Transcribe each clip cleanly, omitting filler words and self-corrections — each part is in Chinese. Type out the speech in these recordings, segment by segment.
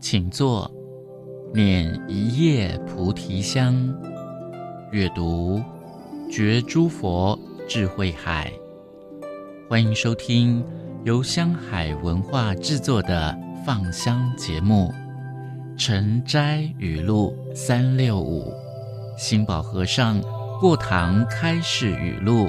请坐，念一叶菩提香，阅读觉诸佛智慧海。欢迎收听由香海文化制作的放香节目《晨斋语录365》，心保和尚过堂开示语录。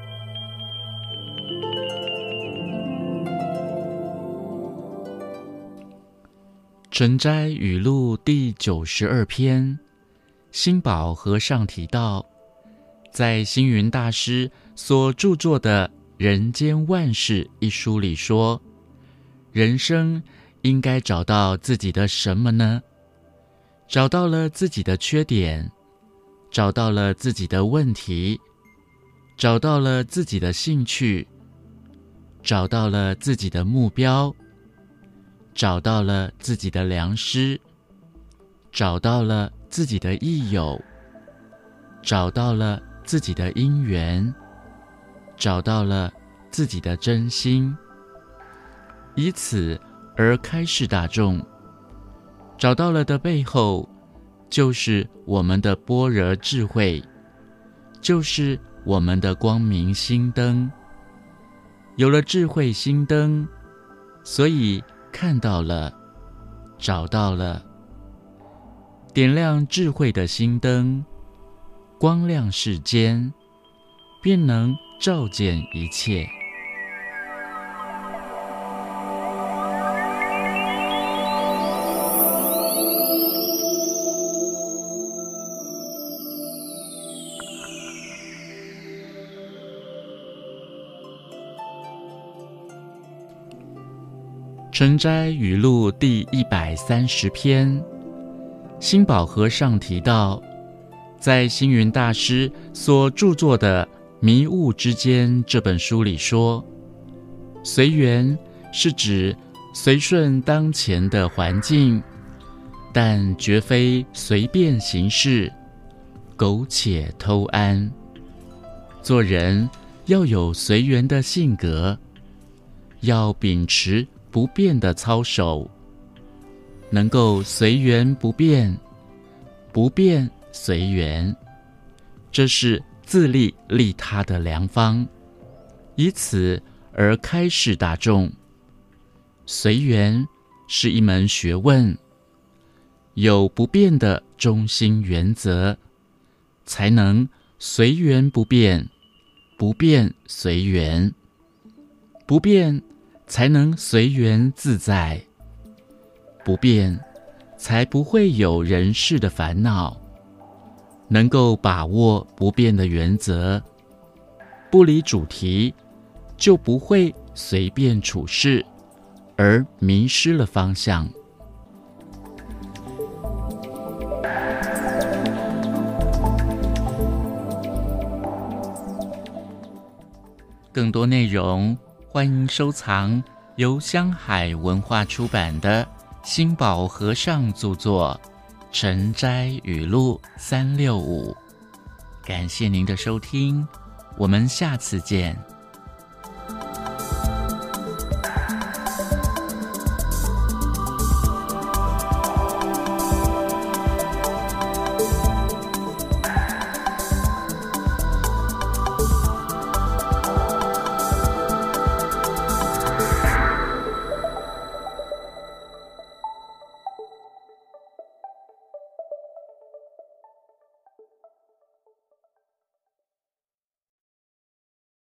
晨斋语录第92篇，心保和尚提到，在星云大师所著作的《人间万事》一书里说，人生应该找到自己的什么呢？找到了自己的缺点，找到了自己的问题，找到了自己的兴趣，找到了自己的目标，找到了自己的良师，找到了自己的益友，找到了自己的因缘，找到了自己的真心，以此而开示大众。找到了的背后，就是我们的般若智慧，就是我们的光明心灯。有了智慧心灯，所以看到了，找到了，点亮智慧的心灯，光亮世间，便能照见一切。晨斋语录第130篇，心保和尚提到，在星云大师所著作的《迷雾之间》这本书里说，随缘是指随顺当前的环境，但绝非随便行事，苟且偷安。做人要有随缘的性格，要秉持不变的操守，能够随缘不变，不变随缘，这是自利利他的良方，以此而开示大众。随缘是一门学问，有不变的中心原则，才能随缘不变，不变随缘，不变才能随缘自在，不变才不会有人世的烦恼。能够把握不变的原则，不离主题，就不会随便处事而迷失了方向。更多内容欢迎收藏由香海文化出版的心保和尚著作《晨斋语录365》。感谢您的收听，我们下次见。